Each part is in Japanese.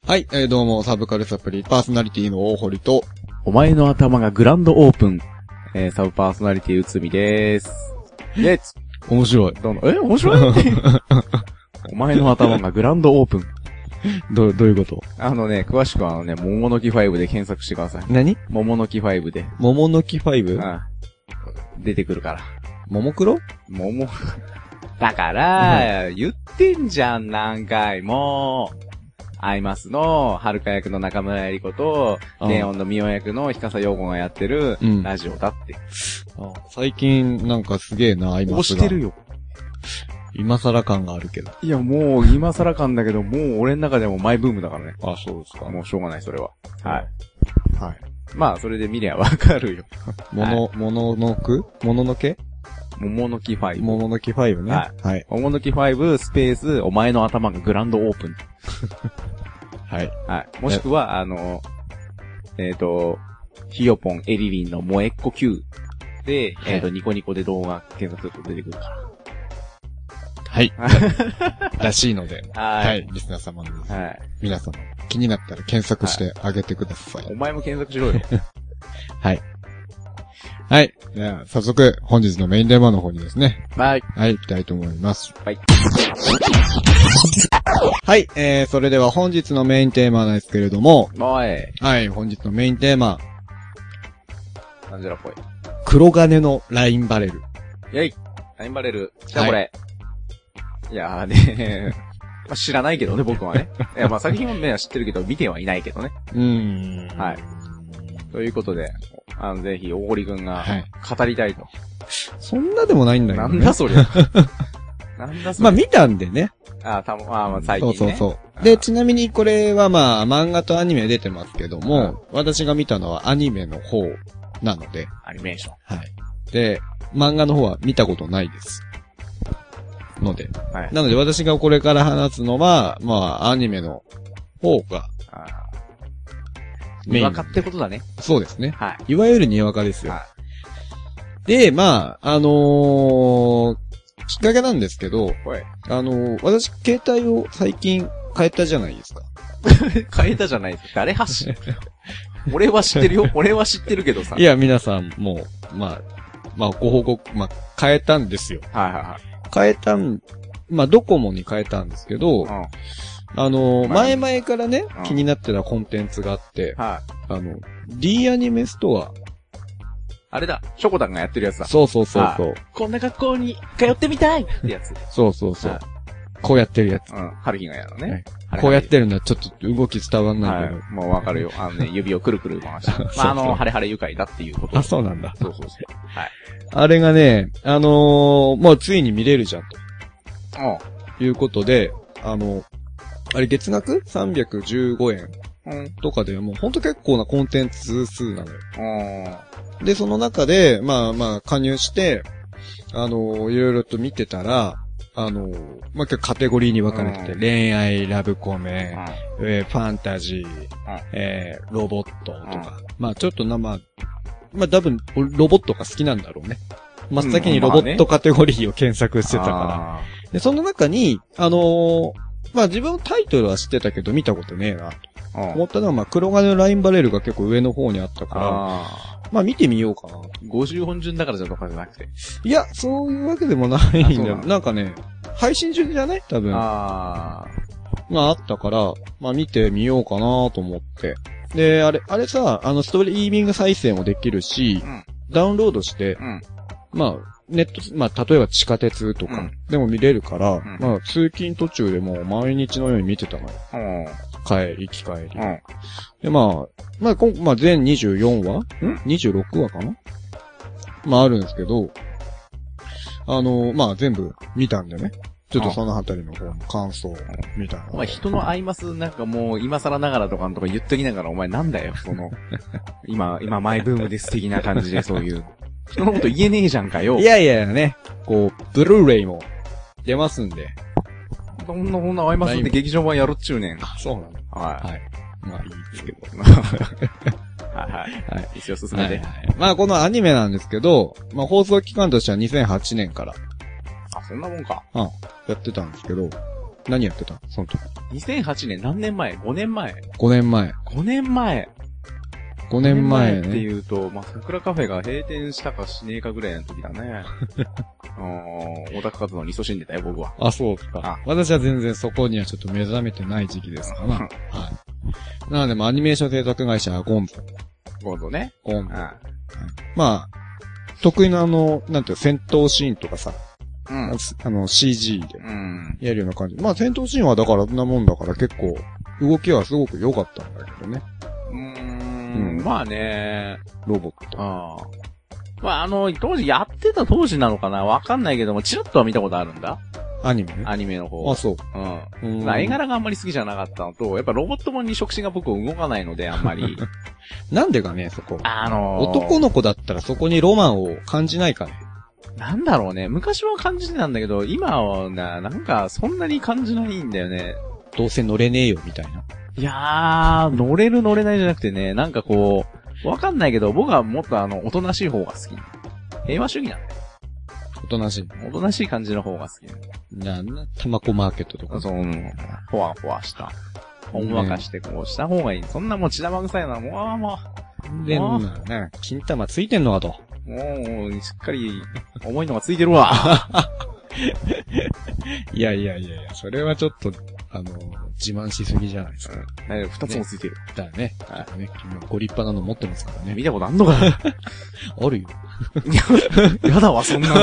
はい、どうも、サブカルサプリ、パーソナリティの大堀と、 お前の頭がグランドオープン。サブパーソナリティうつみです。イェッツ面白い。 面白いお前の頭がグランドオープン。 どういうこと？ 詳しくは桃の木5で検索してください。 何？ 桃の木5で。 桃の木 5？ ああ出てくるから。 ももクロ？ だから、言ってんじゃん、何回も。アイマスの遥役の中村えり子と、ネオンのミオ役の日笠陽子がやってるラジオだって。 最近なんかすげえな、アイマスが。 押してるよ。 今更感があるけど。 いや、もう今更感だけど、もう俺の中でもマイブームだからね。 あ、そうですか。 もうしょうがない、それは。はい。 はい。 まあ、それで見りゃわかるよ。 ものの木桃の木 5。 桃の木5ね。 はい。桃の木5スペース、お前の頭がグランドオープン。 はい。 はい。もしくは、ひよぽんエリリンの萌えっ子 Q で、ニコニコで動画検索すると出てくるから。 はい。らしいので。 はい。 リスナー様の。 はい。 皆様、気になったら検索してあげてください。 お前も検索しろよ。 はい。はい。じゃあ、早速、本日のメインテーマの方にですね。 はい。 はい、行きたいと思います。 はい。 はい、それでは本日のメインテーマなんですけれども。 はい、 本日のメインテーマ。 なんじゃらっぽい。 黒金のラインバレル。 イェイ。ラインバレル。じゃあこれ。いやーねまあ、知らないけどね、僕はね。いや、まあ、作品は知ってるけど、見てはいないけどね。はい。ということで、ぜひ、大堀くんが、語りたいと。 そんなでもないんだけど、ね。 なんだそりゃ。なんだそりゃ。 まあ、見たんでね。 まあ、最近ね。 そう。で、ちなみにこれはまあ、漫画とアニメ出てますけども、私が見たのはアニメの方なので。 アニメーション。 はい。で、漫画の方は見たことないです。ので。はい。なので私がこれから話すのは、まあ、アニメの方が、 にわかってことだね。 そうですね。 はい。 いわゆるにわかですよ。 はい。 で、まあ、きっかけなんですけど、私、携帯を最近変えたじゃないですか。 変えたじゃないですか。誰発信俺は知ってるよ。俺は知ってるけどさ。 いや、皆さんも、まあ、ご報告、まあ、変えたんですよ。まあ、ドコモに変えたんですけど、前々からね、気になってたコンテンツがあって、D アニメストア。 あれだ、ショコタンがやってるやつだ。 そう。 こんな学校に通ってみたいってやつ。 そう。こうやってるやつ。 春日がやるのね。 こうやってるのはちょっと動き伝わんないけど。 もうわかるよ。指をくるくる回して。まあ、ハレハレ愉快だっていうこと。 あ、そうなんだ。 そう。はい。 あれがね、もうついに見れるじゃんと。いうことで、あれ月額315円とかでもうほんと結構なコンテンツ数なのよ。で、その中で、まあ、加入して、いろいろと見てたら、まあ、カテゴリーに分かれてて、恋愛、ラブコメ、ファンタジー、ロボットとか、まあ、ちょっとまあ、多分、ロボットが好きなんだろうね。真っ先にロボットカテゴリーを検索してたから。で、その中に、まあ、自分のタイトルは知ってたけど見たことねえな、と思ったのは、まあ、黒金のラインバレルが結構上の方にあったから、まあ見てみようかな。 50本順だからじゃとかじゃなくて。 いや、そういうわけでもないんだよ。なんかね、配信中じゃない多分。まああったから、まあ見てみようかなと思って。で、あれさ、ストリーミング再生もできるし、ダウンロードして、まあ、ネット、まあ、例えば地下鉄とかでも見れるから、まあ、通勤途中でもう毎日のように見てたのよ。行き帰り。で、まあ、全24話?26 話かなまあ、あるんですけど、まあ、全部見たんでね。ちょっとそのあたりの方の感想みたいな。 お前人のアイマスなんかもう今更ながらとか言っときながらお前なんだよ、今マイブームです的な感じでそういう。人のこと言えねえじゃんかよ。 いやね、こう、ブルーレイも出ますんで。 こんなアイマスって劇場版やるっちゅうねん。 そうなの。 はい。 まあいいですけど。 はい。一応進めて。 まあこのアニメなんですけど、まあ放送期間としては2008年から。 あ、そんなもんか。 やってたんですけど、 何やってたその時。 2008年何年前 ?5 年前 ?5 年前。 5年前。 5年前ね。 っていうと、まあ、桜カフェが閉店したかしねえかぐらいの時だね。オタク活動に勤しんでたよ、僕は。 あ、そうか。私は全然そこにはちょっと目覚めてない時期ですからな。はい。なので、まあ、アニメーション制作会社はゴンゾ。 ゴンゾね。 ゴンゾ。はい。まあ、得意ななんていう戦闘シーンとかさ、うん、CG で、やるような感じ。まあ、戦闘シーンはだからなもんだから結構、動きはすごく良かったんだけどね。 まあね。 ロボット。 まあ当時やってた当時なのかなわかんないけども、チラッとは見たことあるんだ。 アニメね。 アニメの方。 あ、そう。 まあ、絵柄があんまり好きじゃなかったのと、やっぱロボットもんに触手が僕動かないので、あんまり。 なんでかね、そこ。男の子だったらそこにロマンを感じないかね。 なんだろうね。昔は感じてたんだけど、今はなんかそんなに感じないんだよね。 どうせ乗れねえよ、みたいな。 いやー、乗れる乗れないじゃなくてね、なんかこう、わかんないけど、僕はもっとおとなしい方が好き。平和主義なんだよ。 おとなしい。 おとなしい感じの方が好き。 タマコマーケットとか。 そう、ほわほわした。ほんわかしてこうした方がいい。そんなもう血玉臭いのはもう。 でんな、金玉ついてんのかと。 もう、しっかり、重いのがついてるわ。 いや、それはちょっと、自慢しすぎじゃないですか。 二つもついてる。 だよね。君はご立派なの持ってますからね。 見たことあんのかなあるよ。 やだわ、そんなの。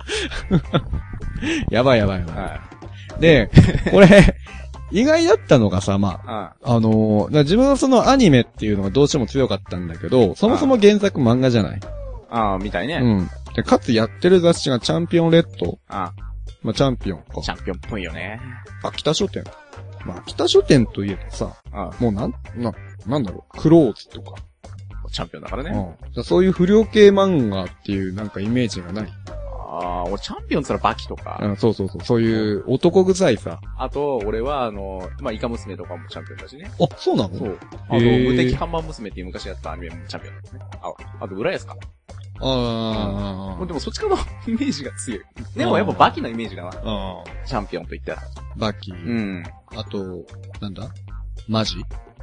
やばい。で、これ、意外だったのがさ、まあ、自分はそのアニメっていうのがどうしても強かったんだけど、そもそも原作漫画じゃない。 みたいね。 うん。で、かつやってる雑誌がチャンピオンレッド。まあ、チャンピオンか。 チャンピオンっぽいよね。 秋田書店。まあ、秋田書店といえばさ、もうなんだろう、クローズとか。 チャンピオンだからね。 そういう不良系漫画っていうなんかイメージがない。 俺チャンピオンって言ったらバキとか。 そう。そういう男臭いさ。 あと、俺はまあ、イカ娘とかもチャンピオンだしね。 あ、そうなの？ そう。無敵看板娘っていう昔やったアニメもチャンピオンだね。あと、浦安か。でもそっちからのイメージが強い。でもやっぱバキのイメージかな。チャンピオンと言ったら。 バキ。あと、なんだ？マジ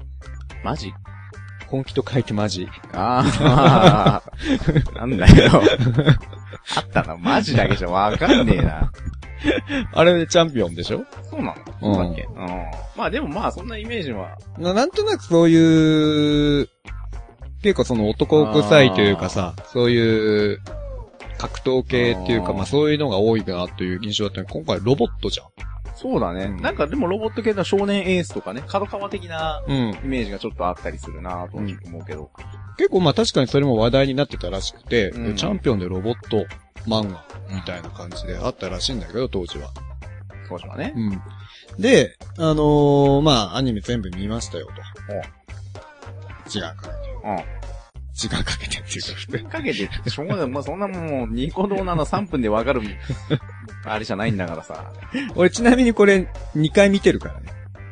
本気と書いてマジ。 なんだよ。あったな、マジだけじゃわかんねえな。 あれでチャンピオンでしょ？ そうなの？そうだっけ？まあでもまあそんなイメージは。 なんとなくそういう、結構その男臭いというかさ、そういう格闘系っていうか、まあそういうのが多いなという印象だったので、今回ロボットじゃん。 そうだね。なんかでもロボット系の少年エースとかね、角川的なイメージがちょっとあったりするなと思うけど。 結構まあ確かにそれも話題になってたらしくて、チャンピオンでロボット漫画みたいな感じであったらしいんだけど、当時は。 当時はね。 で、まあアニメ全部見ましたよと。時間かけて。時間かけてっていうか。 時間かけてってしょうがない。まあそんなもう、ニコ動なの3分でわかる、あれじゃないんだからさ。 俺ちなみにこれ2回見てるからね。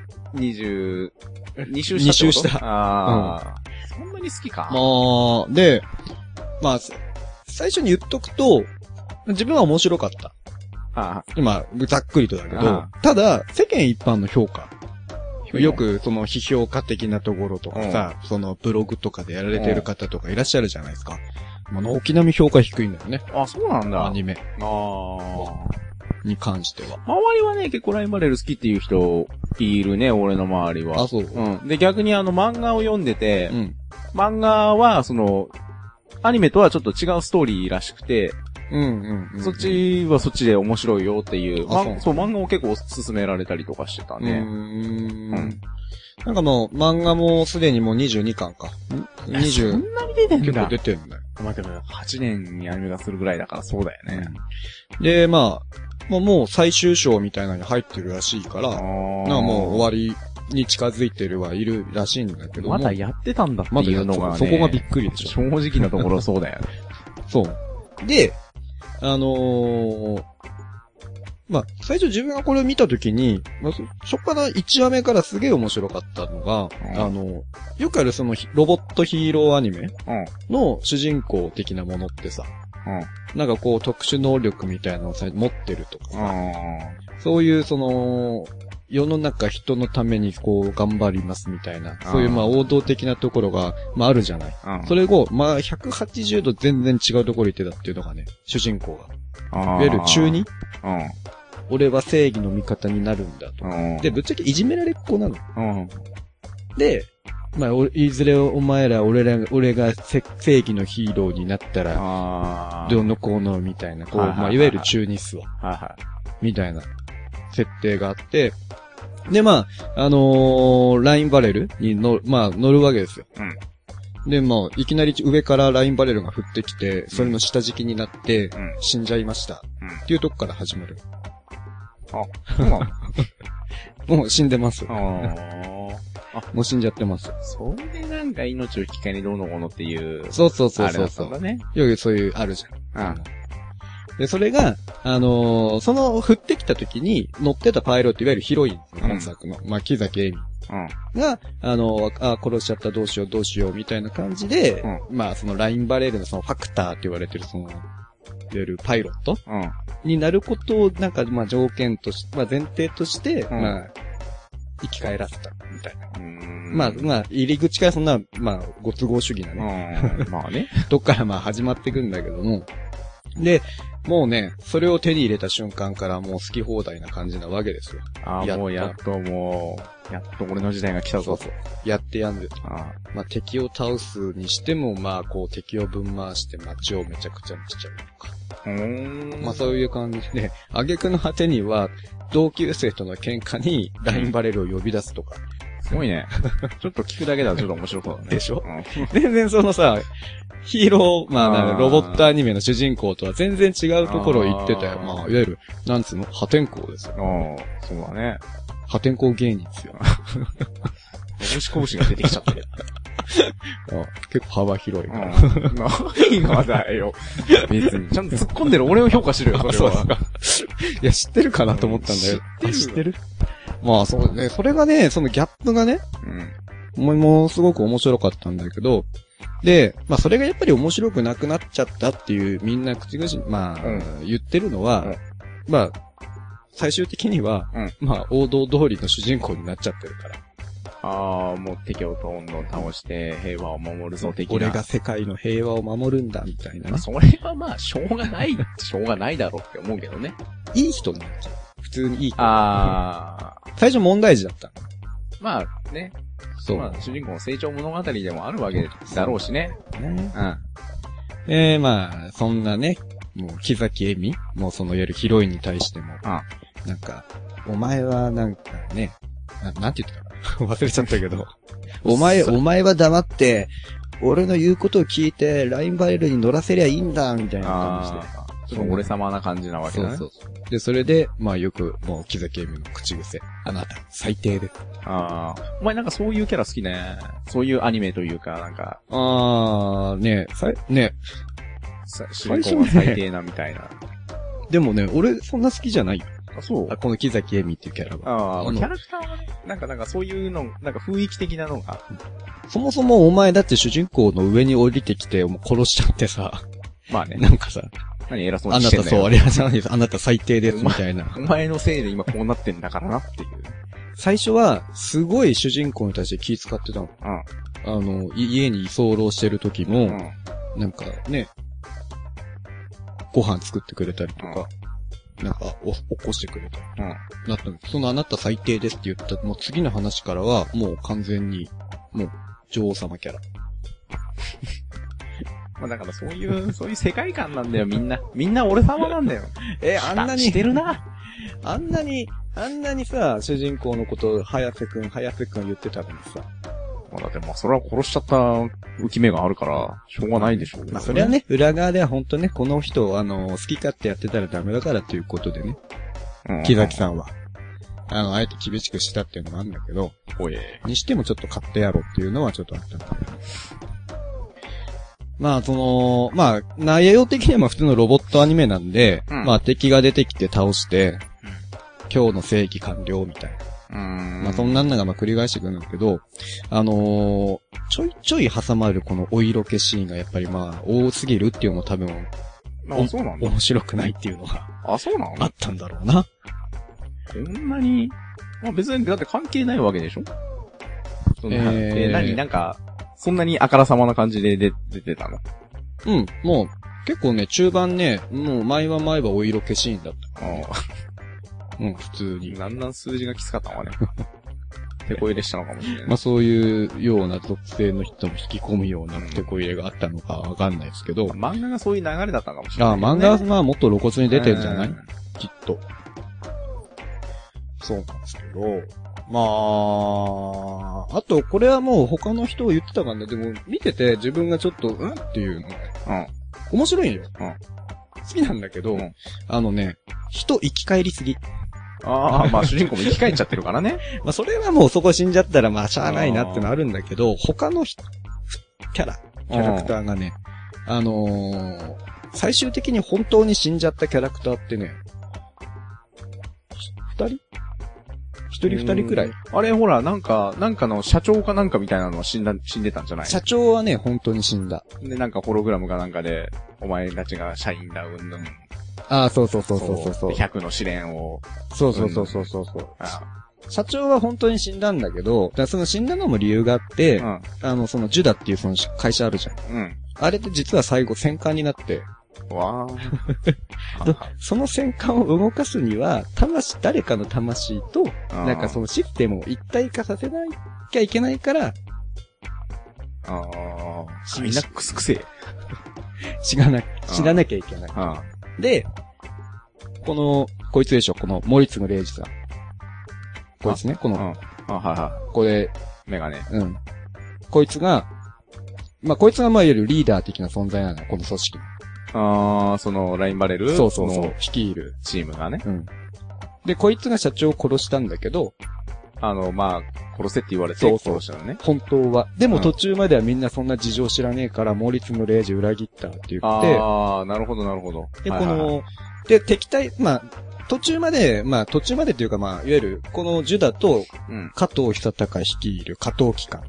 2周した。2周した。そんなに好きか。 で、まあ、最初に言っとくと、自分は面白かった。まあ、ざっくりとだけど、ただ、世間一般の評価。よく、その、批評家的なところとかさ、その、ブログとかでやられてる方とかいらっしゃるじゃないですか。まあ、軒並み評価低いんだよね。 そうなんだ。 アニメ。に関しては。 周りはね、結構ラインバレル好きっていう人、いるね、俺の周りは。 そう。 で、逆に漫画を読んでて、漫画は、その、アニメとはちょっと違うストーリーらしくて、そっちはそっちで面白いよっていう、そう漫画を結構勧められたりとかしてたね。なんかもう、漫画もすでにもう22巻か。 20。そんなに出てんだ。 結構出てんだよ。 まあでも、8年にアニメ化するぐらいだからそうだよね。 で、まあ、もう最終章みたいなのに入ってるらしいから、もう終わりに近づいてはいるらしいんだけども。 まだやってたんだっていうのがね。 そこがびっくりでしょ。 正直なところそうだよね。 そう。で、まあ、最初自分がこれを見たときに、初から1話目からすげえ面白かったのが、よくあるそのロボットヒーローアニメの主人公的なものってさ、なんかこう特殊能力みたいなのを持ってるとかさ、そういうその、 世の中人のためにこう頑張りますみたいな、そういうまあ王道的なところが、まああるじゃない。それを、まあ180度全然違うところ行ってたっていうのがね、主人公が。いわゆる中二俺は正義の味方になるんだと。で、ぶっちゃけいじめられっ子なの。で、まあ、いずれ俺が正義のヒーローになったら、どうのこうのみたいな、こう、まあ、いわゆる中二っすわ。みたいな設定があって、で、まあ、ラインバレルに乗るわけですよ。で、まあ、いきなり上からラインバレルが降ってきて、それの下敷きになって、死んじゃいました。っていうとこから始まる。そうなのもう死んでます。もう死んじゃってます。 それでなんか命を引き換えにどうのこうのっていう。 そう。ね。よくそういう、あるじゃん。で、それが、その、降ってきた時に乗ってたパイロット、いわゆるヒロイン、本作の、まあ、木崎恵美。が、殺しちゃったどうしよう、みたいな感じで、まあ、そのラインバレルのそのファクターって言われてるその、いわゆるパイロットになることを、なんか、まあ、条件として、まあ、前提として、まあ、生き返らせた、みたいな。まあ、入り口からそんな、まあ、ご都合主義なね。 まあね。 どっからまあ始まってくんだけども。で、もうね、それを手に入れた瞬間からもう好き放題な感じなわけですよ。 もうやっと俺の時代が来たぞ。そう。 やってやんで。まあ敵を倒すにしても、まあこう敵をぶん回して街をめちゃくちゃにしちゃうとか。まあそういう感じで、挙句の果てには、同級生との喧嘩にラインバレルを呼び出すとか。 すごいね。ちょっと聞くだけだとちょっと面白そうだね。 でしょ、全然そのさ、ヒーロー、まあ、ロボットアニメの主人公とは全然違うところを言ってたよ。まあ、いわゆる、なんつうの破天荒ですよ。 そうだね。 破天荒芸人ですよ。 拳が出てきちゃってる。 結構幅広いから。 何がだよ。別に。ちゃんと突っ込んでる俺を評価しろよ、それは。 いや、知ってるかなと思ったんだよ。知ってるまあ、そうね。それがね、そのギャップがね、もうすごく面白かったんだけど、で、まあそれがやっぱり面白くなくなっちゃったっていうみんな口々に、まあ、言ってるのは、まあ、最終的には、まあ王道通りの主人公になっちゃってるから。 もう敵をどんどん倒して平和を守るぞ的な。 俺が世界の平和を守るんだみたいなね。 それはまあしょうがないだろうって思うけどね。 いい人になっちゃう。普通にいい人。 最初問題児だった。 まあね。そう。まあ主人公の成長物語でもあるわけだろうしね。 まあ、そんなね、もう木崎恵美もうそのいわゆるヒロインに対しても、なんか、お前はなんかね、なんて言ったかな忘れちゃったけど、お前は黙って、俺の言うことを聞いて、ラインバレルに乗らせりゃいいんだ、みたいな感じで。 ちょっと俺様な感じなわけだね。そう。 で、それで、まあよく、もう木崎恵美の口癖。あなた、最低で。 お前なんかそういうキャラ好きね。そういうアニメというか、なんか。主人公が最低なみたいな。 でもね、俺そんな好きじゃないよ。 そう。 この木崎恵美っていうキャラが。 キャラクターはね、なんかそういうの、なんか雰囲気的なのが。 そもそもお前だって主人公の上に降りてきて、もう殺しちゃってさ。 まあね。 なんかさ。 何偉そうにしてんだよ。 あなた最低ですみたいな。 お前のせいで今こうなってんだからなっていう。 最初は、すごい主人公に対して気遣ってたの。家に居候してる時も、なんかね、ご飯作ってくれたりとか、なんか、起こしてくれたり。なったの。そのあなた最低ですって言った、もう次の話からは、もう完全に、もう、女王様キャラ。 まあだからそういう世界観なんだよ、みんな。みんな俺様なんだよ。 あんなに。 してるな。 あんなにさ、主人公のことを、早瀬くん言ってたのにさ。 まあだってまあそれは殺しちゃった浮き目があるから、しょうがないでしょうね。 まあそれはね、裏側では本当ね、この人を好き勝手やってたらダメだからということでね。木崎さんは。あえて厳しくしたっていうのもあるんだけど、にしてもちょっと買ってやろうっていうのはちょっとあったんだけど。まあまあ、内容的にはまあ普通のロボットアニメなんで、まあ敵が出てきて倒して、今日の正義完了みたいな。まあそんなんのがまあ繰り返してくるんだけど、ちょいちょい挟まるこのお色気シーンがやっぱりまあ多すぎるっていうのも多分、 そうなんだ。 面白くないっていうのが、 そうなの？ あったんだろうな。 こんなにまあ別に、だって関係ないわけでしょ？なんか、そんなにあからさまな感じで出てたの？ うん、もう、結構ね、中盤ね、もう毎晩お色気シーンだった。うん、普通に。 だんだん数字がきつかったわね。手こ入れしたのかもしれない。 まあそういうような属性の人も引き込むような手こ入れがあったのかわかんないですけど。 漫画がそういう流れだったかもしれない、 ね。漫画はまあもっと露骨に出てるんじゃない？きっと。そうなんですけど。まあ、あとこれはもう他の人を言ってたからね、でも見てて自分がちょっと、っていうのが、面白いんよ。好きなんだけど、人生き返りすぎ。 まあ主人公も生き返っちゃってるからね。 まあそれはもうそこ死んじゃったらまあしゃあないなってのあるんだけど、他のキャラクターがね、最終的に本当に死んじゃったキャラクターってね、一人二人くらい。 あれほら、なんかの社長かなんかみたいなのは死んでたんじゃない？ 社長はね、本当に死んだ。 で、なんかホログラムかなんかで、お前たちが社員だ、うんぬん。 そう。 100の試練を。 そう。社長は本当に死んだんだけど、その死んだのも理由があって、そのジュダっていうその会社あるじゃん。あれって実は最後戦艦になって、その戦艦を動かすには、誰かの魂と、なんかそのシステムを一体化させなきゃいけないから、 みんなクスクセ死ななきゃいけない。で、こいつでしょ、この森次礼二さん。こいつね、これ、 メガネ。 こいつがまあいわゆるリーダー的な存在なのよ、この組織。 その、ラインバレルそう。率いる。 チームがね。 で、こいつが社長を殺したんだけど、 まあ、殺せって言われて殺したのね。 本当は。でも途中まではみんなそんな事情知らねえから、森次礼二裏切ったって言って。 なるほど。 で、で、敵対、途中までっていうかいわゆる、このジュダと、加藤久隆率いる加藤機関。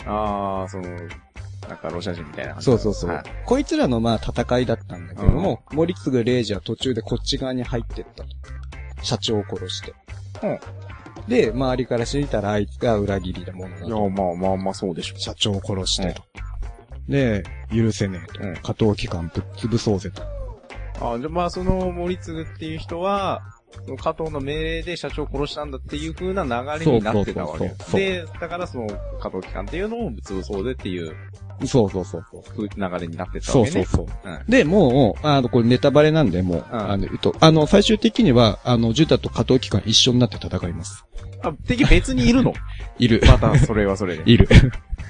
なんかロシア人みたいな。 そう。こいつらの戦いだったんだけども、森次礼二は途中でこっち側に入ってったと。社長を殺して。で、周りから知ったらあいつが裏切りだものだと。いや、まあ、そうでしょ。 社長を殺してと。で、許せねえと。加藤機関ぶっ潰そうぜと。 じゃあその森次っていう人は、その加藤の命令で社長を殺したんだっていう風な流れになってたわけ。で、だからその加藤機関っていうのを潰そうぜっていう。 そう。 流れになってたわけね。 そう。で、もう、これネタバレなんで、もう、最終的には、ジュダと加藤機関一緒になって戦います。 敵別にいるの？ いる。 また、それはそれで。 いる。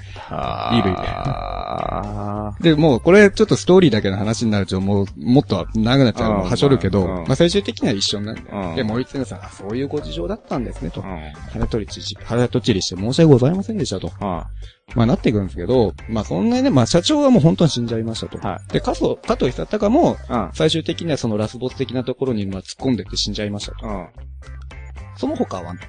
で、もう、これちょっとストーリーだけの話になると、もっと長くなっちゃうのはしょるけど、最終的には一緒になるんだよ。で、森次さん、そういうご事情だったんですね、と。腹とちりして申し訳ございませんでしたと。なっていくんですけど、そんなにね、社長はもう本当に死んじゃいましたと。で、加藤久隆も、最終的にはそのラスボス的なところに突っ込んでって死んじゃいましたと。その他はね、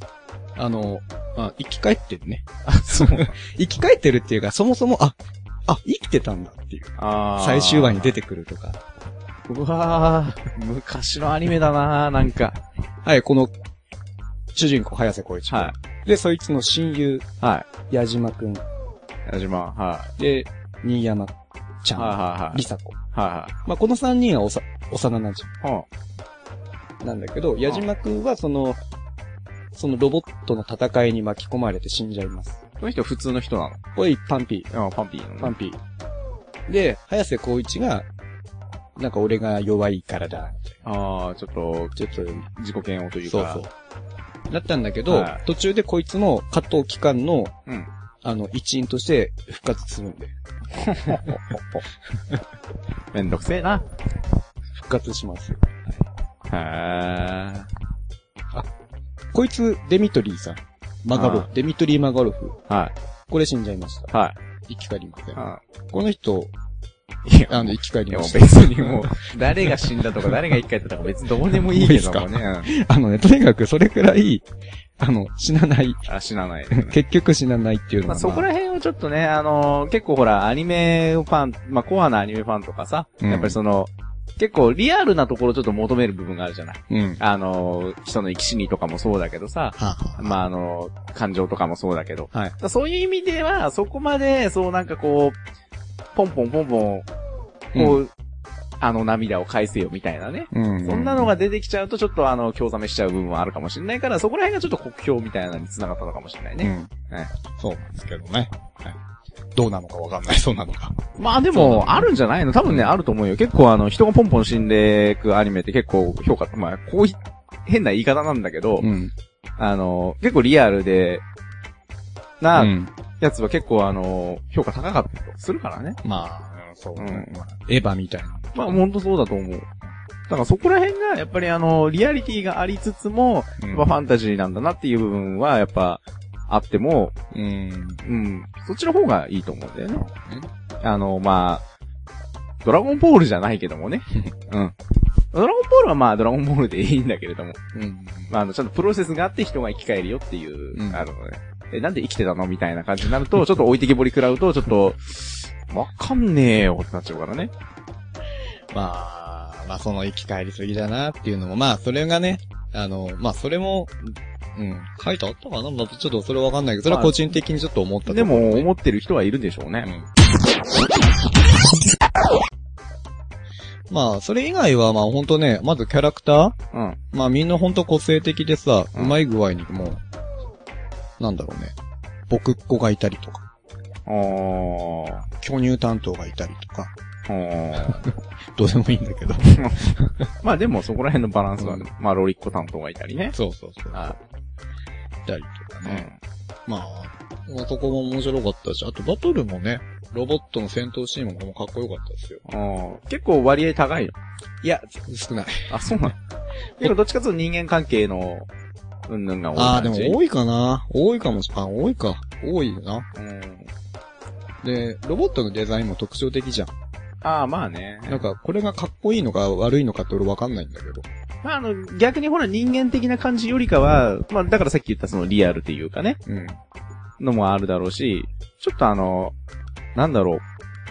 生き返ってるね。生き返ってるっていうか、そもそも、生きてたんだっていう。最終話に出てくるとか。 うわー、昔のアニメだなー、なんか。 はい、この、主人公、早瀬浩一君。で、そいつの親友。矢島くん。で、新山ちゃん。りさ子。この3人は幼馴染。なんだけど、矢島くんはそのロボットの戦いに巻き込まれて死んじゃいます。 この人普通の人なの？ これパンピー。 パンピー。で、早瀬浩一が、なんか俺が弱いからだ。 ちょっと自己嫌悪というか。 そう。だったんだけど、途中でこいつも加藤機関の、一員として復活するんで。 めんどくせえな。 復活しますよ。 へこいつ、デミトリーさん。デミトリー・マガロフ。これ死んじゃいました。生き返りません。この人、生き返りました。 別にもう、誰が死んだとか誰が生き返ったとか別にどうでもいいけどもね。 とにかくそれくらい、死なない。 死なない。 結局死なないっていうのは。 そこら辺をちょっとね、結構ほら、アニメファン、コアなアニメファンとかさ、やっぱり結構リアルなところちょっと求める部分があるじゃない。 うん。 人の生き死にとかもそうだけどさ。まあ感情とかもそうだけど。 はい。 そういう意味では、そこまで、そうなんかこう、ポンポン、こう、涙を返せよみたいなね。そんなのが出てきちゃうとちょっと興ざめしちゃう部分はあるかもしれないから、そこら辺がちょっと酷評みたいなのに繋がったのかもしれないね。 はい。そうなんですけどね。はい。どうなのかわかんない、そうなのか。 まあでも、あるんじゃないの？多分ね、あると思うよ。結構人がポンポン死んでいくアニメって結構評価、まあ、こう変な言い方なんだけど、結構リアルで、やつは結構評価高かったりするからね。 まあ、そう。エヴァみたいな。 まあ、ほんとそうだと思う。だからそこら辺が、やっぱりリアリティがありつつも、ファンタジーなんだなっていう部分は、やっぱ、あっても、そっちの方がいいと思うんだよね。まあ、ドラゴンボールじゃないけどもね。ドラゴンボールはまあ、ドラゴンボールでいいんだけれども。まあ、ちゃんとプロセスがあって人が生き返るよっていう、あるのね。なんで生きてたのみたいな感じになると、ちょっと置いてけぼり食らうと、ちょっと、わかんねえよってなっちゃうからね。 まあ、その生き返りすぎだなっていうのも、まあ、それがね、まあ、それも、書いてあったかな、まあ、ちょっとそれわかんないけど、それは個人的にちょっと思ったとでも、思ってる人はいるでしょうね。 まあ、それ以外は、まあ、ほんとね、まずキャラクターまあ、みんなほんと個性的でさ、うまい具合にもう、なんだろうね、僕っ子がいたりとか。巨乳担当がいたりとか。どうでもいいんだけど。 まあでもそこら辺のバランスはね、まあロリッコ担当がいたりね。 そう。いたりとかね。まあ、そこも面白かったし、あとバトルもね、ロボットの戦闘シーンもかっこよかったですよ。 結構割合高いの？ いや、少ない。 あ、そうなの？結構どっちかというと人間関係の、うんぬんが多い感じ。 でも多いかな。多いかもしれない。多いか。多いな。で、ロボットのデザインも特徴的じゃん。 まあね。 なんか、これがかっこいいのか悪いのかって俺わかんないんだけど。 まあ逆にほら人間的な感じよりかは、まあだからさっき言ったそのリアルっていうかね。のもあるだろうし、ちょっとなんだろう。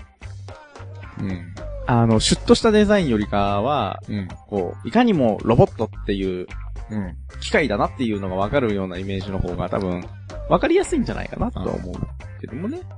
シュッとしたデザインよりかは、こう、いかにもロボットっていう、機械だなっていうのがわかるようなイメージの方が多分、わかりやすいんじゃないかなとは思うけどもね。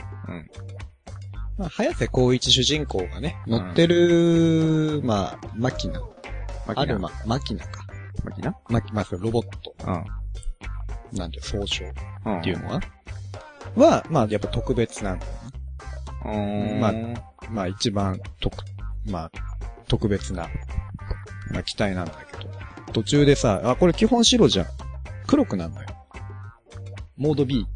まあ、早瀬光一主人公がね、乗ってる、まあ、マキナか。 マキナまあ、それロボット。なんて、総称っていうのは、まあ、やっぱ特別なんだよね。まあ、一番特別な、まあ、機体なんだけど。途中でさ、これ基本白じゃん。黒くなるのよ。モード B。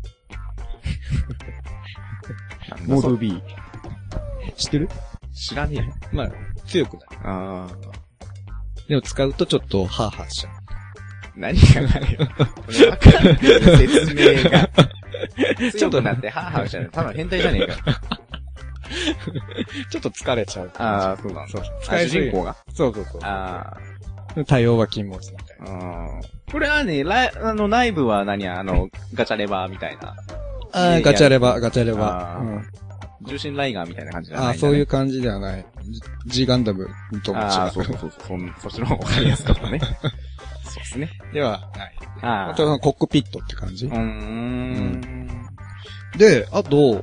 モード B。知ってる？ 知らねえ。まあ、強くなる。でも使うとちょっとハーハーしちゃう。 何がなるよ。わかんない説明が。強くなってハーハーしちゃう。ただ変態じゃねえか。 ちょっと疲れちゃう。 そうなんだ。主人公が。 そう。対応は禁物みたいな。これはね、内部は何や、ガチャレバーみたいな。 ガチャレバー。 重心ライガーみたいな感じじゃない、 そういう感じではない。G ガンダムとも違う。 そう。そっちの方がわかりやすかったね。そうですね。 では、ない。あと、コックピットって感じ。で、あと、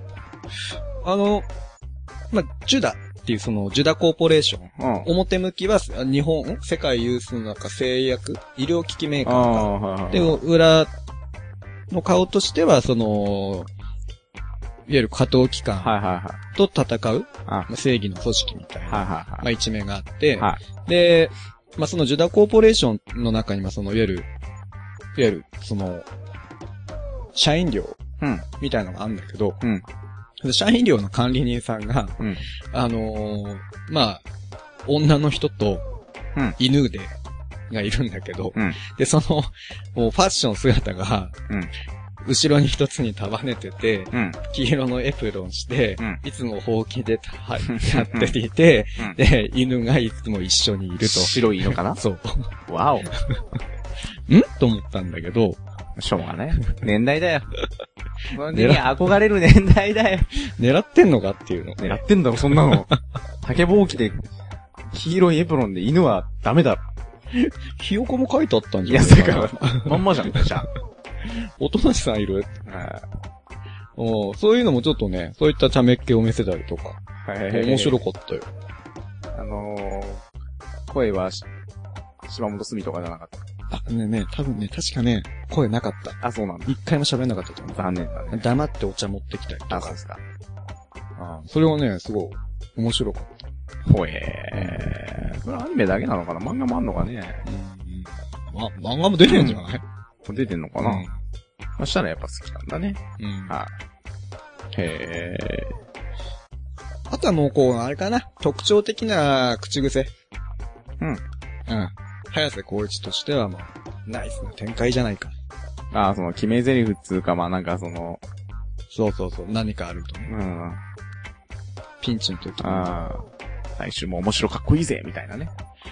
まあ、ジュダっていうその、ジュダコーポレーション。表向きは、世界有数の製薬、医療機器メーカーか。で、裏の顔としては、その、いわゆる下等機関と戦う、正義の組織みたいな、まあ、一面があって、で、まあ、そのジュダコーポレーションの中には、その、いわゆる、その、社員寮みたいなのがあるんだけど、社員寮の管理人さんが、まあ、女の人と犬がいるんだけど、で、その、もうファッション姿が、後ろに一つに束ねてて、黄色のエプロンして、いつもほうきでやっていて、で、犬がいつも一緒にいると。 白い犬かな？ そう。 わお。 と思ったんだけど、 しょうがね。年代だよ。憧れる年代だよ。 狙ってんのかっていうの。 狙ってんだろ、そんなの。竹ぼうきで、 黄色いエプロンで犬はダメだ。 ひよこも書いてあったんじいや、 ゃないかな。 それから、まんまじゃん、じゃあ。 おとなしさんいるそういうのもちょっとね、そういった茶目っ気を見せたりとか。面白かったよ。 声は、島本すみとかじゃなかった。 多分ね、確かね、声なかった。 あ、そうなんだ。 一回も喋んなかったと思う。 残念だね。 黙ってお茶持ってきたりとか。 あ、そうですか。 それはね、すごい、面白かった。 ほえー。これアニメだけなのかな？漫画もあんのかね？ 漫画も出てんじゃない？ 出てんのかな？そしたらやっぱ好きなんだね。へー。 あとはこう、あれかな。特徴的な口癖。早瀬光一としてはナイスな展開じゃないか。 その、決め台詞っつうか、なんかその、 そう。何かあるとね。ピンチの時に。 来週も面白かっこいいぜみたいなね。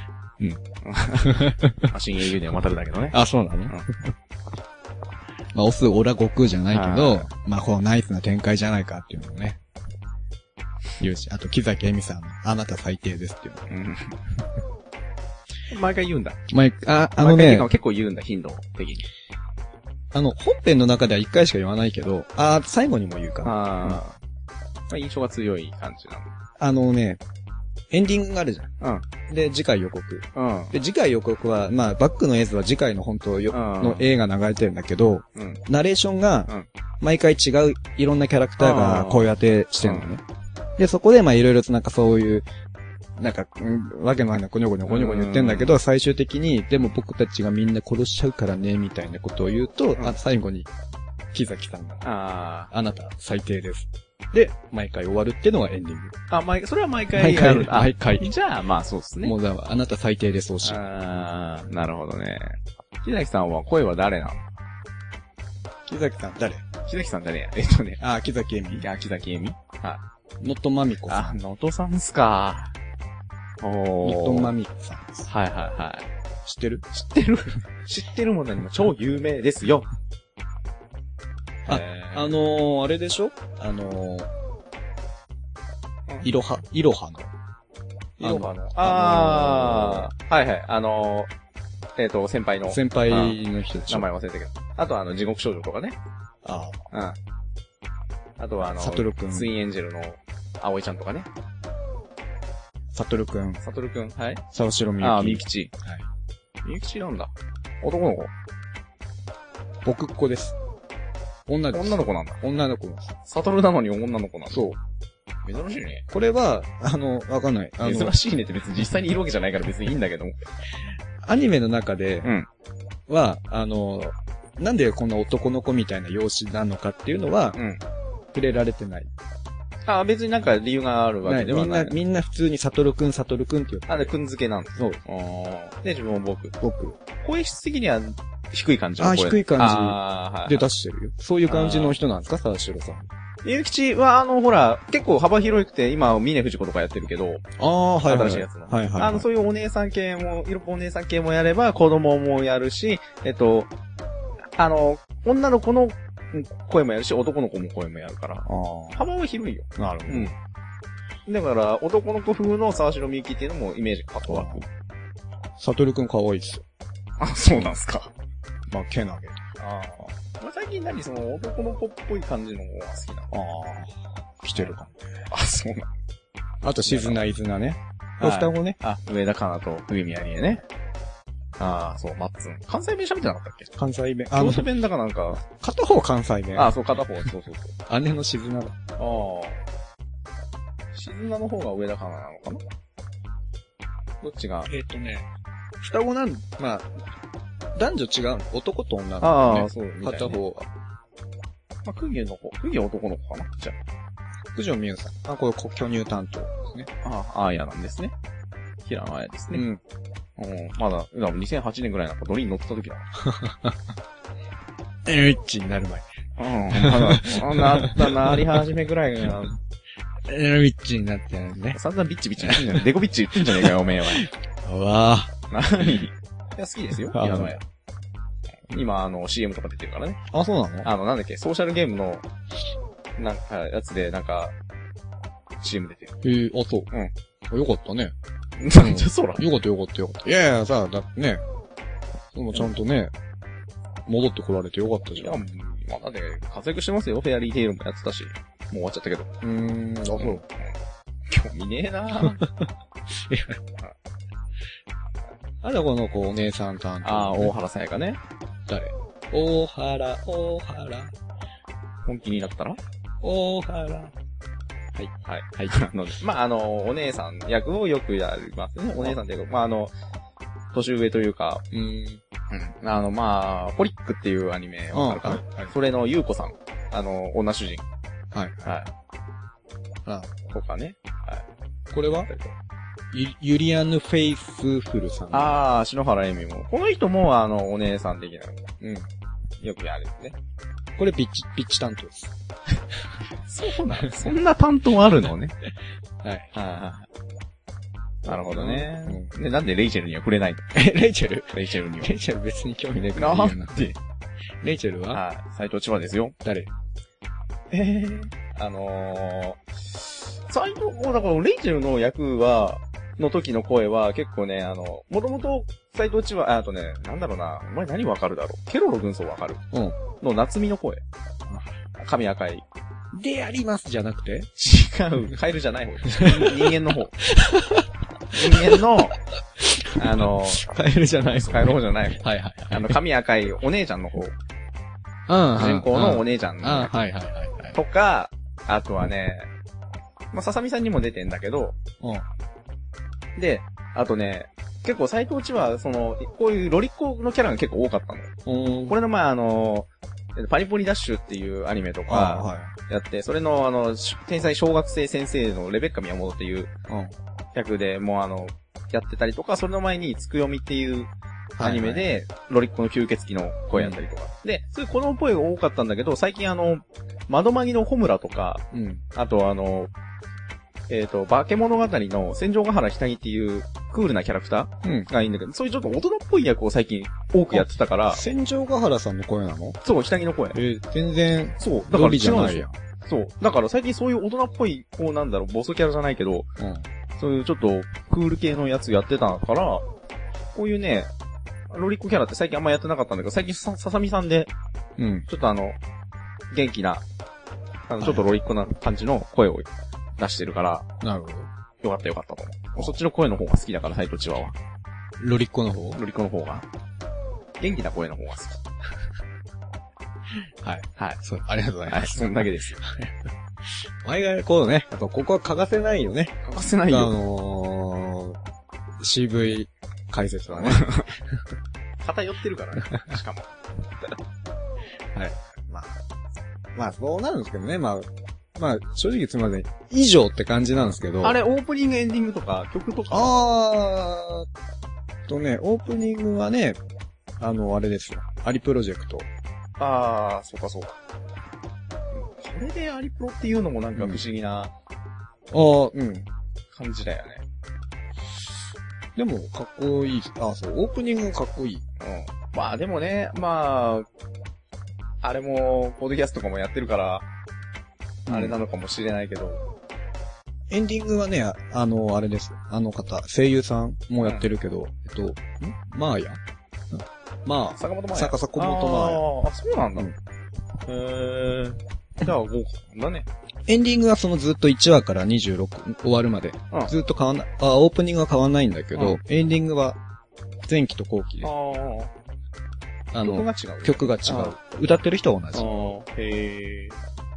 新英雄伝を渡るだけどね。 そうなのオス、オラ、悟空じゃないけど、このナイスな展開じゃないかっていうのをね。言うし、あと、木崎恵美さんの、あなた最低ですっていうの。 毎回言うんだ。 毎回結構言うんだ、頻度的に。 本編の中では一回しか言わないけど、最後にも言うかな。 印象が強い感じなの。エンディングがあるじゃん。で、次回予告。で、次回予告は、バックの映像は次回の本当の映画流れてるんだけど、ナレーションが、毎回違ういろんなキャラクターが声当てしてるのね。で、そこでいろいろとそういう、わけのわかんないゴニョゴニョ言ってんだけど、最終的に、でも僕たちがみんな殺しちゃうからね、みたいなことを言うと、最後に、木崎さんが、あなた最低です。で、毎回終わるっていうのがエンディング。 それは毎回やる。 毎回。 じゃあ、そうですね。 もうあなた最低です、おし。 なるほどね。木崎さんは声は誰なの？ 木崎さん誰？ 木崎さん誰や？ 木崎恵美？ 木崎恵美？ のとまみこさん。 のとさんっすか。 のとまみこさんです。 はい。 知ってる？ 知ってるも何も超有名ですよ。 あれでしょ？いろはの。 先輩の人でしょ。 名前忘れたけど。あと地獄少女とかね。あとはサトルくん。 ツインエンジェルの葵ちゃんとかね。 サトルくん。 はい。 沢城みゆき。 みゆきち。はい。みゆきちなんだ。男の子？ 僕っ子です。女の子なんだ。 女の子です。 サトルなのに女の子なんだ。 そう。 珍しいね。 これは、わかんない。 珍しいねって別に実際にいるわけじゃないから別にいいんだけども。 アニメの中で、は、なんでこんな男の子みたいな容姿なのかっていうのは、触れられてない。 別になんか理由があるわけではない。 みんな普通にサトルくんって言う。 で、くん付けなんだ。 そう。 で、自分も僕。声質的には低い感じの声。 低い感じで出してるよ。そういう感じの人なんですか、沢城さん。 みゆきちは、ほら、結構幅広くて、今、峰不二子とかやってるけど。新しいやつの。そういうお姉さん系も、色っぽお姉さん系もやれば、子供もやるし、女の子の声もやるし、男の子も声もやるから。幅は広いよ。 なるほど。だから、男の子風の沢城みゆきっていうのもイメージがパッと湧く。 サトルくん可愛いっすよ。 そうなんすか。 毛投げ。 最近その男の子っぽい感じの方が好きなの？ 来てるかも。 そうなの。 あと、しずな、いずなね。双子ね。 上田かなと、冬宮理恵ね。そう、マッツン。関西弁喋ってなかったっけ？ 関西弁。 京都弁だかなんか。 片方関西弁。 そう、片方。そう。 姉のしずなだ。 しずなの方が上田かななのかな？どっちが？ 双子男女違うの。男と女の子ね。 そう。 片方は。 クギは男の子かな？じゃあ。九条美優さん。これ巨乳担当ですね。 あやなんですね。平野綾ですね。まだ、2008年ぐらいなんかドリーに乗ってた時だ。 エッチになる前。 なり始めぐらいが。 ビッチになってるね。 散々ビッチ言ってんじゃねえ。デコビッチ言ってんじゃねえかよ、おめえは。 うわぁ。何？いや、好きですよ、平野綾。今、CM とか出てるからね。 そうなの？ なんだっけ、ソーシャルゲームの、やつで、CM 出てる。 そう。よかったね。 なんじゃそら。 よかったよかったよかった。いやいや、さ、だってね、でもちゃんとね、戻ってこられてよかったじゃん。 いや、まだね、活躍してますよ。フェアリーテイルもやってたし。もう終わっちゃったけど。 あ、そう。 興味ねえなぁ。 あら、この子、お姉さん担当、ね。 ああ、大原さやかね。 誰？大原。 本気になったら大原。はい。 はい。まあ、お姉さん役をよくやりますね。お姉さんっていうか、まあ、年上というか、まあ、ホリックっていうアニメわかるかな、はい、それのゆうこさん。女主人。 はい。 はい。とかね。はい。 これはユリアンヌ・フェイスフルさん。 ああ、篠原恵美も。この人も、お姉さん的な。よくやるね。 これピッチ担当です。 そうなの？そんな担当あるのね。 はい。 なるほどね。で、なんでレイチェルには触れないの？ レイチェルには。 レイチェル別に興味ないから。 なんで？ レイチェルは？ はい。斎藤千葉ですよ。 誰？ 斎藤、だからレイチェルの役の時の声は結構ね、もともと斎藤千葉、なんだろうな、お前何わかるだろう。ケロロ軍曹わかる？の夏美の声。髪赤い。 でありますじゃなくて？ 違う。カエルじゃない方。人間の方。人間の、 カエルじゃない方。カエルの方じゃない方。 はい。 髪赤いお姉ちゃんの方。 主人公のお姉ちゃんの。 はい。 とか、あとはね、まあ、ささみさんにも出てんだけど、で、あとね、結構斎藤千葉、こういうロリッコのキャラが結構多かったの。これの前パリポリダッシュっていうアニメとか、やって、それの天才小学生先生のレベッカ宮本っていう役でもうやってたりとか、それの前につくよみっていうアニメで、ロリッコの吸血鬼の声やったりとか。で、この声が多かったんだけど、最近窓マギのホムラとか、あと化け物語の戦場ヶ原ひたぎっていうクールなキャラクターがいいんだけど、そういうちょっと大人っぽい役を最近多くやってたから。 戦場ヶ原さんの声なの？ そう、ひたぎの声。 全然、 そう、だから違うんですよ。そう。だから最近そういう大人っぽい、ボスキャラじゃないけど、そういうちょっとクール系のやつやってたから、こういうね、ロリッコキャラって最近あんまやってなかったんだけど、最近ささみさんで、ちょっと元気な、ちょっとロリッコな感じの声を出してるから、 なるほど。よかったと思う。そっちの声の方が好きだから、斎藤千葉は。 ロリッコの方が。元気な声の方が好き。はい。そう、ありがとうございます。 そんだけですよ。 毎回こうね、やっぱここは欠かせないよね。 欠かせないよ。 CV 解説はね。 偏ってるからね。しかも。 はい。まあ、そうなるんですけどね。まあ、正直すみません。以上って感じなんですけど。 あれ、オープニング、エンディングとか、曲とか。 オープニングはね、あれですよ。アリプロジェクト。 そうか。それでアリプロっていうのもなんか不思議な、感じだよね。 でも、かっこいい。そう、オープニングかっこいい。 まあでもね、あれも、ポッドキャストとかもやってるから、あれなのかもしれないけど。 エンディングはね、あれです。方、声優さんもやってるけど、マーヤ坂本マーヤ。 坂本マーヤ。 そうなんだ。じゃあ豪華なんだね。 エンディングはずっと1話から26終わるまで、ずっと変わんない、オープニングは変わんないんだけど、エンディングは前期と後期で。曲が違う。歌ってる人は同じ。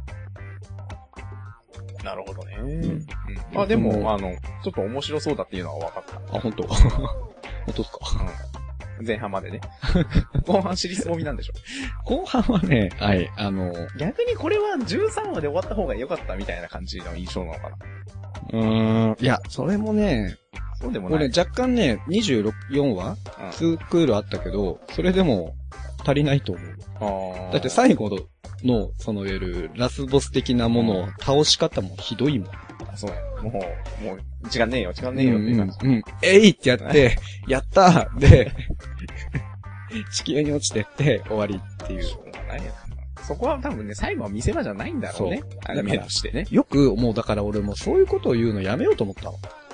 なるほどね。でも、ちょっと面白そうだっていうのは分かった。 本当本当ですか。 前半までね。後半尻すぼみなんでしょ。 後半はね、はい、 逆にこれは13話で終わった方が良かったみたいな感じの印象なのかな。 いや、それもね、 そうでもない。 俺若干ね、24話、2クールあったけど、それでも足りないと思う。だって最後の、いわゆるラスボス的なものを倒し方もひどいもん。 そうや。もう、時間ねえよっていう感じ。 えいってやって、やったーで、地球に落ちてって終わりっていう。 そこは多分ね、最後は見せ場じゃないんだろうね。アニメとしてね。 よく、もうだから俺もそういうことを言うのやめようと思ったの。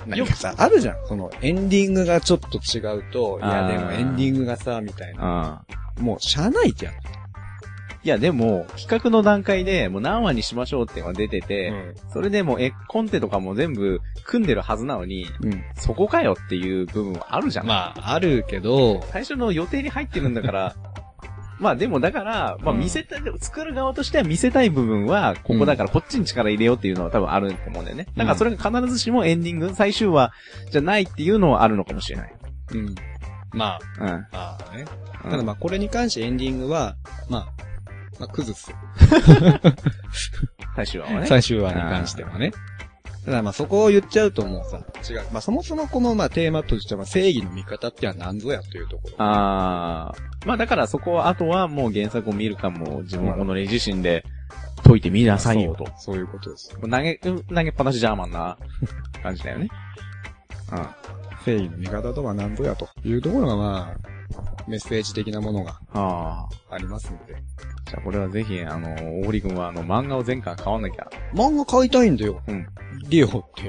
なんかさ、あるじゃん。その、エンディングがちょっと違うと、いやでもエンディングがさ、みたいな。もう、しゃあないじゃん。 いや、でも、企画の段階で、もう何話にしましょうっていうのが出てて、それでもう、コンテとかも全部組んでるはずなのに、そこかよっていう部分はあるじゃん。 まあ、あるけど、 最初の予定に入ってるんだから、まあでもだから、まあ見せたい、作る側としては見せたい部分は、ここだからこっちに力入れようっていうのは多分あると思うんだよね。だからそれが必ずしもエンディング、最終話じゃないっていうのはあるのかもしれない。 まあ、まあね。ただまあこれに関してエンディングは、まあ、クズっすよ。 最終話はね。 最終話に関してはね。ただまあそこを言っちゃうともうさ、違う。まあそもそもこのまあテーマとしては正義の味方っては何ぞやというところ。まあだからそこはあとはもう原作を見るかも自分の自身で解いてみなさいよと。 そういうことです。 投げっぱなしジャーマンな感じだよね。 正義の味方とは何ぞやというところがまあ、メッセージ的なものがありますので。 じゃあこれはぜひ、大堀くんは漫画を前回買わなきゃ。 漫画買いたいんだよ。リオって。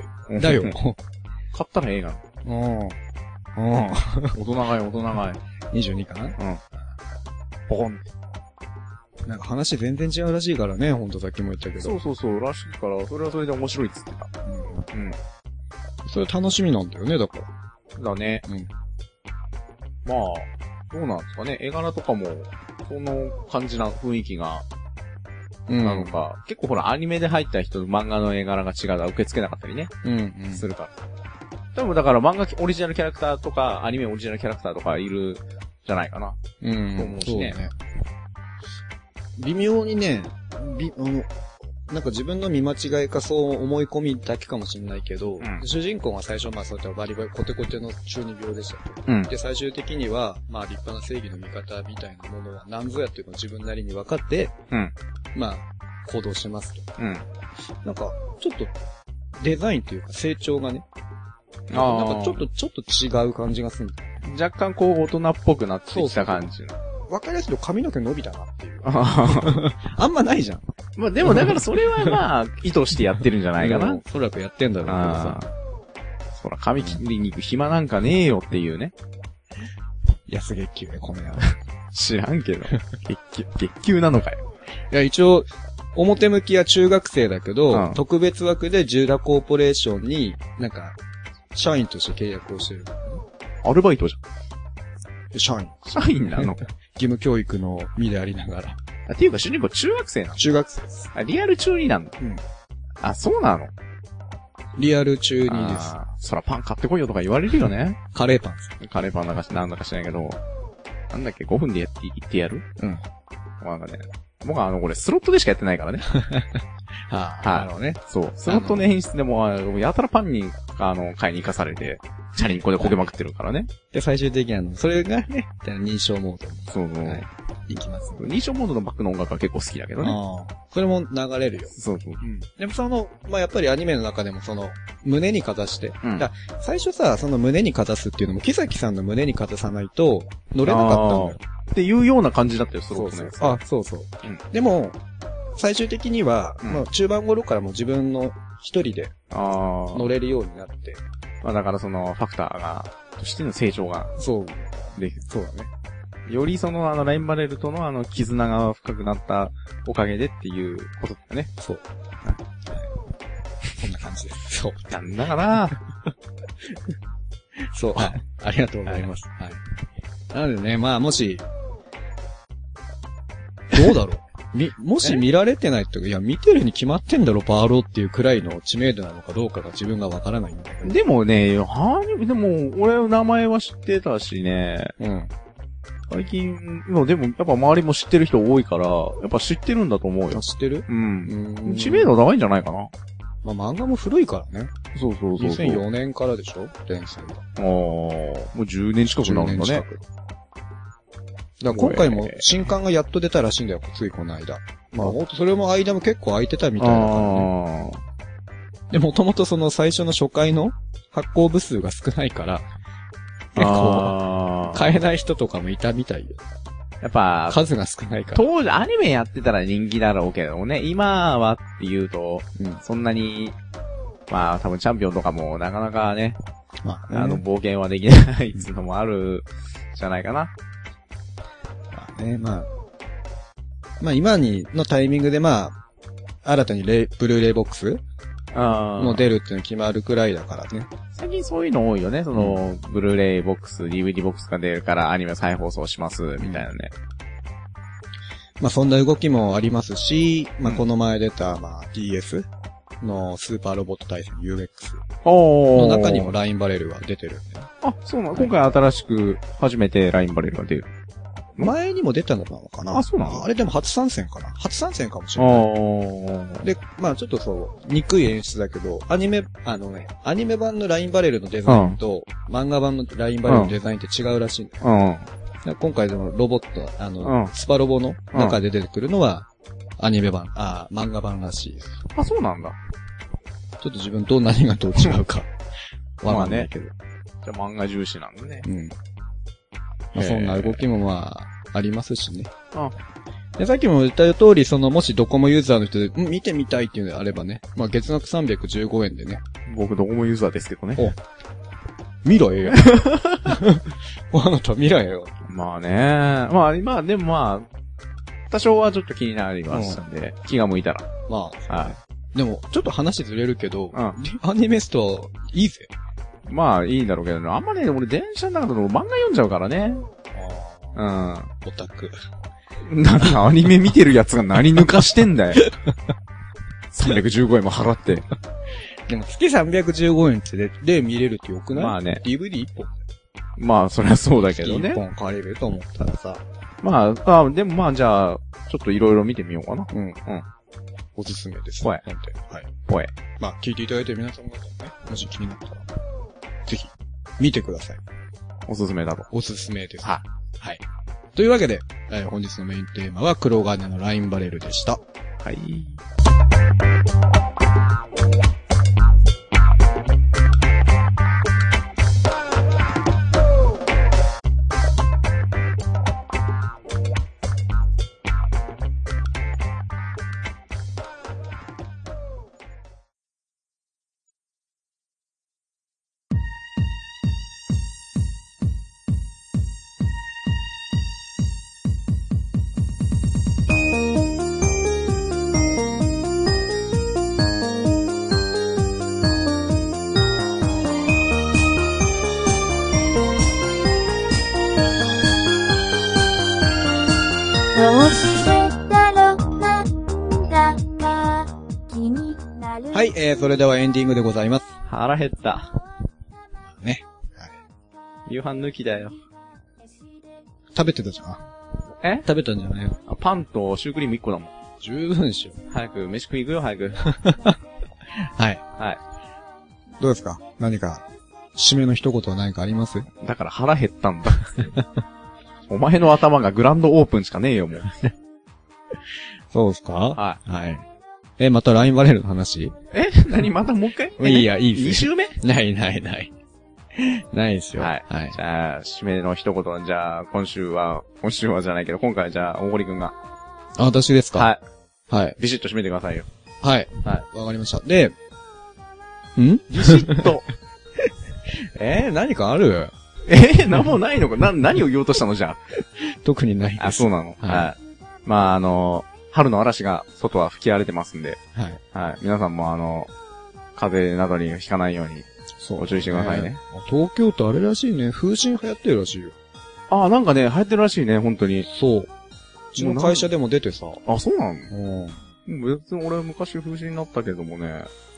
だよ。買ったらええが。大人がい、大人がい。 22かなポコン。なんか話全然違うらしいからね、ほんとさっきも言ったけど。 そう、らしいから、それはそれで面白いっつってた。 それ楽しみなんだよね、だから。 だね。まあ、どうなんですかね。絵柄とかも、その感じな雰囲気が、なのか。結構ほら、アニメで入った人の漫画の絵柄が違うから受け付けなかったりね。するから。多分だから漫画オリジナルキャラクターとか、アニメオリジナルキャラクターとかいるじゃないかな。と思うしね。 微妙にね、なんか自分の見間違いかそう思い込みだけかもしれないけど、主人公が最初まあそういったバリバリコテコテの中二病でしたと。で、最終的には、まあ立派な正義の味方みたいなものは何ぞやっていうのを自分なりに分かって、まあ、行動しますと。なんか、ちょっと、デザインというか成長がね、なんかちょっと違う感じがする。 若干こう大人っぽくなってきた感じ。 わかりやすいと髪の毛伸びたなっていう。あんまないじゃん。 まあでもだからそれはまあ、意図してやってるんじゃないかな。 おそらくやってんだろうけどさ。 そら髪切りに行く暇なんかねえよっていうね。 安月給ね、この野郎。 知らんけど。月給なのかよ。 いや、一応、表向きは中学生だけど、特別枠でジューダコーポレーションに、なんか、社員として契約をしてる。 アルバイトじゃん。社員なの義務教育の身でありながら。 っていうか主人公中学生なの？ 中学生です。 リアル中2なんだ。そうなの？ リアル中2です。 そらパン買ってこいよとか言われるよね。 カレーパンです。 カレーパンなんだか知らないけど、なんだっけ、5分で言ってやる？なんかね、僕はこれスロットでしかやってないからね。 なるほどね。 そう。スロットの演出でも、やたらパンに、買いに行かされて、チャリンコでこけまくってるからね。 で、最終的にそれがね、認証モードに。 そう。 いきます。 認証モードのバックの音楽は結構好きだけどね。 それも流れるよ。 そう。 でもまあ、やっぱりアニメの中でも胸にかざして。最初さ、その胸にかざすっていうのも、木崎さんの胸にかざさないと、乗れなかったんだよ。 っていうような感じだったよ、スロットのやつ。 そう。でも、最終的には、まあ、中盤頃からも自分の一人で乗れるようになって。 まあだからファクターが、としての成長が。 そうだね。 よりラインバレルとの絆が深くなったおかげでっていうことだよね。 そう。こんな感じです。そう。 なんだかなそう。ありがとうございます。はい。なのでね、まあもし、どうだろうもし見られてないっていや、見てるに決まってんだろ、バーローっていうくらいの知名度なのかどうかが自分がわからないんだけど。 でもね、でも、俺の名前は知ってたしね。最近、でも、やっぱ周りも知ってる人多いから、やっぱ知ってるんだと思うよ。 知ってる？ 知名度高いんじゃないかな。 まあ漫画も古いからね。 そう。 2004年からでしょ？連載が。 もう10年近くなるんだね。 だから今回も新刊がやっと出たらしいんだよ、ついこの間。まあほんとそれも間も結構空いてたみたいだからね。で、もともと最初の初回の発行部数が少ないから、結構、買えない人とかもいたみたいよ。 やっぱ、 数が少ないから。 当時アニメやってたら人気だろうけどね、今はっていうと、そんなにまあ多分チャンピオンとかもなかなかね、 まあね、 冒険はできないっていうのもあるじゃないかな。 まあね、まあ今のタイミングでまあ、新たにブルーレイボックスも出るっていうの決まるくらいだからね。 最近そういうの多いよね。ブルーレイボックス、DVD ボックスが出るからアニメ再放送します、みたいなね。 まあそんな動きもありますし、まあこの前出た、まあ DS のスーパーロボット対戦 UX の中にもラインバレルが出てるんで、ね。 あ、そうなの、今回新しく初めてラインバレルが出る。 前にも出たのかな。 あ、そうなの？ あれでも初参戦かな。初参戦かもしれない。で、まあちょっとそう、憎い演出だけど、アニメ版のラインバレルのデザインと、漫画版のラインバレルのデザインって違うらしいんだよ。今回でもロボット、スパロボの中で出てくるのは、アニメ版、漫画版らしいです。 あ、そうなんだ。 ちょっと自分と何がどう違うか、わかんないけど。 じゃあ漫画重視なんだね。 まあ、そんな動きもまあ、ありますしね。で、さっきも言った通り、もしドコモユーザーの人で、見てみたいっていうのであればね、まあ月額315円でね。 僕ドコモユーザーですけどね。 見ろよ。あなた見ろよ。 まあね。まあ、でもまあ、多少はちょっと気になりましたんで、気が向いたら。 まあ、はい。でも、ちょっと話ずれるけど、アニメストいいぜ。 まあ、いいんだろうけどね。あんまね、俺電車の中でも漫画読んじゃうからね。 オタク。 なんかアニメ見てるやつが何抜かしてんだよ。315円も払って。 でも月315円ってで見れるってよくない？ まあね。 DVD1 本。 まあ、そりゃそうだけどね。 1本借りると思ったらさ。 まあ、でもまあじゃあ、ちょっといろいろ見てみようかな。 おすすめです。 はい。 はい。まあ、聞いていただいてる皆さん方ね、もし気になったら、ぜひ、見てください。 おすすめだと。 おすすめです。はい。というわけで、本日のメインテーマは黒金のラインバレルでした。 はい。 はい、それではエンディングでございます。 腹減った。 ね。 はい。夕飯抜きだよ。 食べてたじゃん。食べたんじゃないよ。 パンとシュークリーム1個だもん。 十分でしょ。 早く、飯食い行くよ、早く。 はい。 はい。 どうですか？何か、締めの一言は何かあります？ だから腹減ったんだ。お前の頭がグランドオープンしかねえよ、もう。 そうですか？ はい。 はい。またラインバレルの話？ 何またもう一回？ いいや、いいっす。 2週目？ ない。ないですよ。 はい。じゃあ、締めの一言、じゃあ、今週はじゃないけど、今回じゃあ、大堀くんが。 私ですか？はい。 ビシッと締めてくださいよ。 はい。わかりました。で、 ビシッと。 何かある？ なんもないのか？何を言おうとしたのじゃあ。 特にないです。 あ、そうなの。はい。まあ、春の嵐が外は吹き荒れてますんで。はい。皆さんも風邪などにひかないように、ご注意してくださいね。 東京都あれらしいね。風神流行ってるらしいよ。 あ、なんかね、流行ってるらしいね、本当に。 そう。うちの会社でも出てさ。 あ、そうなの？別に俺昔風神になったけどもね。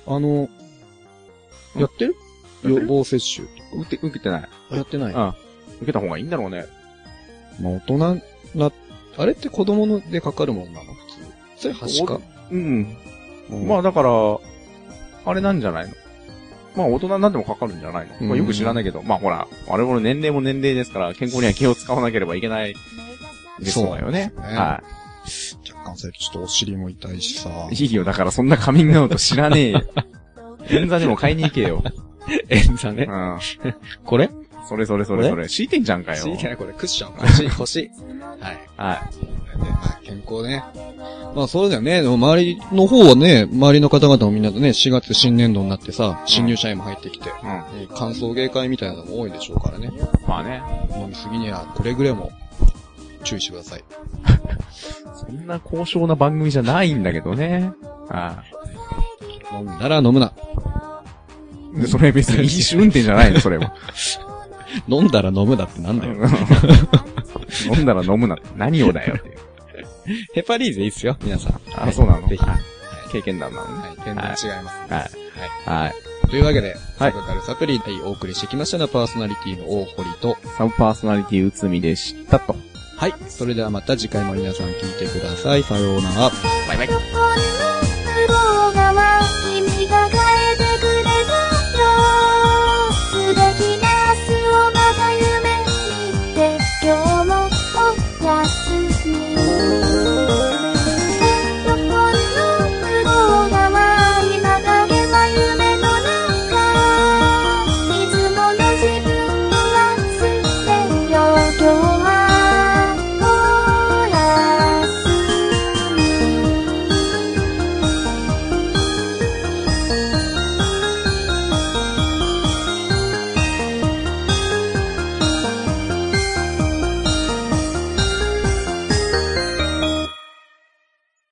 やってる？予防接種。 受けてない。 やってない。 受けた方がいいんだろうね。 まあ大人あれって子供でかかるもんなの？普通。それはしか。まあだから、あれなんじゃないの？まあ大人になってもかかるんじゃないの？まあよく知らないけど、まあほら、我々年齢も年齢ですから、健康には気を使わなければいけないですよね。はい。 若干最近ちょっとお尻も痛いしさ。 いいよ、だからそんなカミングアウト知らねえよ。円座でも買いに行けよ。 円座ね。これ？ それ。敷いてんじゃんかよ。 敷いてない、これクッション。腰。はい。 まあ健康ね。 まあそうだよね。でも周りの方はね、周りの方々もみんなでね、4月新年度になってさ、新入社員も入ってきて、歓送迎会みたいなのも多いでしょうからね。 まあね。 飲みすぎにはくれぐれも注意してください。 そんな高尚な番組じゃないんだけどね。ああ。飲んだら飲むな。 で、それ別に飲酒運転じゃないの、それも。 飲んだら飲むだってなんだよ。 飲んだら飲むなって何をだよっていう。 ヘパリーゼいいっすよ、皆さん。 あ、そうなの？ ぜひ。 経験談なのね。 はい、全然違います。 はい。はい。 というわけで、 はい。 サブカルサプリ、お送りしてきましたのはパーソナリティの大堀と、 サブパーソナリティうつみでしたと。 はい。それではまた次回も皆さん聞いてください。さようなら。 バイバイ。